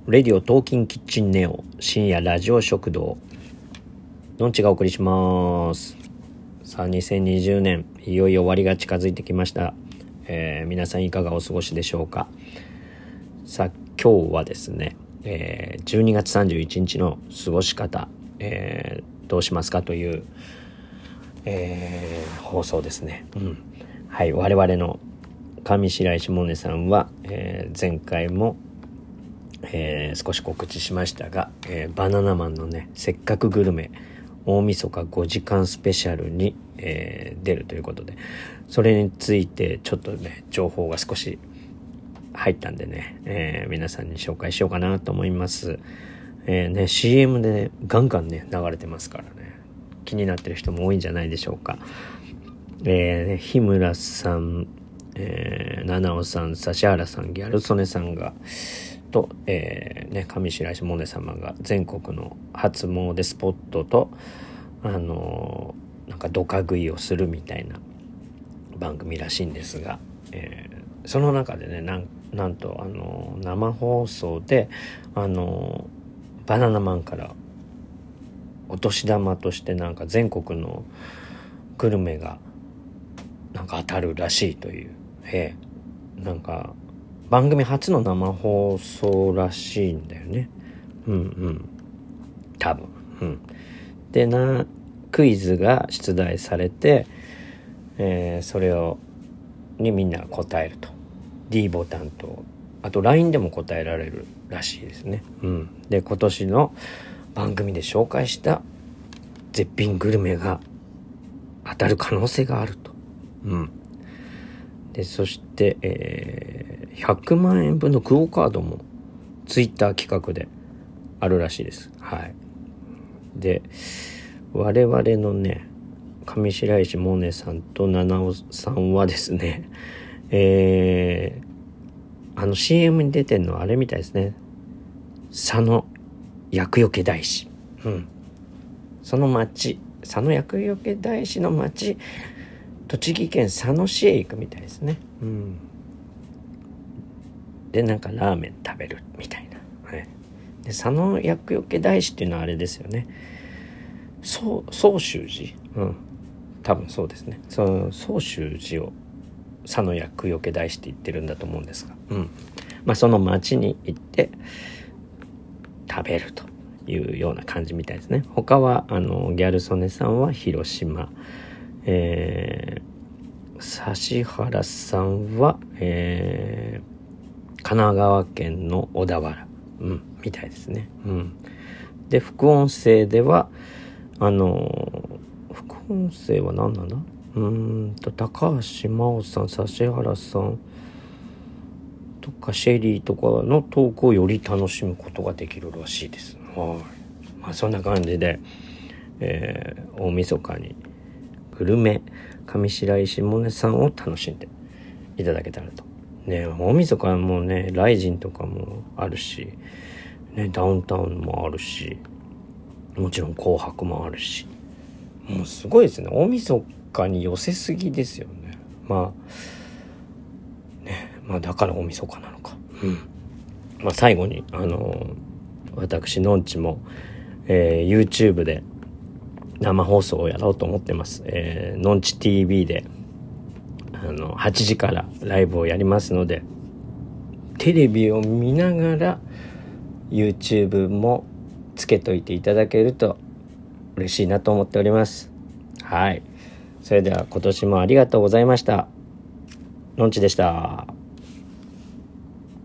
レディオトーキンキッチンネオ深夜ラジオ食堂のんちがお送りします。さあ2020年いよいよ終わりが近づいてきました。皆さんいかがお過ごしでしょうか。さあ今日はですね、12月31日の過ごし方、どうしますかという、放送ですね。はい、我々の上白石萌音さんは、前回も少し告知しましたが、バナナマンのねせっかくグルメ大晦日5時間スペシャルに、出るということで、それについてちょっとね情報が少し入ったんでね、皆さんに紹介しようかなと思います。CM で、ね、ガンガンね流れてますからね、気になってる人も多いんじゃないでしょうか。日村さん、七尾さん、指原さん、ギャル曽根さんがと、上白石萌音様が全国の初詣スポットとなんかドカ食いをするみたいな番組らしいんですが、その中でねなんと生放送でバナナマンからお年玉としてなんか全国のグルメがなんか当たるらしいという、なんか番組初の生放送らしいんだよね。多分。でクイズが出題されて、それにみんな答えると。D ボタンとあと LINE でも答えられるらしいですね。で今年の番組で紹介した絶品グルメが当たる可能性があると。でそして、100万円分のクオカードもツイッター企画であるらしいです。で我々のね上白石萌音さんと七尾さんはですね、CM に出てるのはあれみたいですね。佐野厄除け大師、その町、佐野厄除け大師の町、栃木県佐野市へ行くみたいですね。でなんかラーメン食べるみたいな。で佐野厄除け大師っていうのはあれですよね。宗宗寺、多分そうですね。その宗宗寺を佐野厄除け大師って言ってるんだと思うんですが、その町に行って食べるというような感じみたいですね。他はギャル曽根さんは広島、指原さんは、神奈川県の小田原、みたいですね。で副音声では副音声は何なんだ、高橋真央さん、指原さんとかシェリーとかのトークをより楽しむことができるらしいです。そんな感じで、大晦日にグルメ上白石萌音さんを楽しんでいただけたらと。大晦日はもうねライジンとかもあるし、ダウンタウンもあるし、もちろん紅白もあるし、もうすごいですね。大晦日に寄せすぎですよね。だから大晦日なのか。最後に私のんちも、YouTube で生放送をやろうと思ってます。のんち TV で8時からライブをやりますので、テレビを見ながら YouTube もつけといていただけると嬉しいなと思っております。それでは今年もありがとうございました。のんちでした。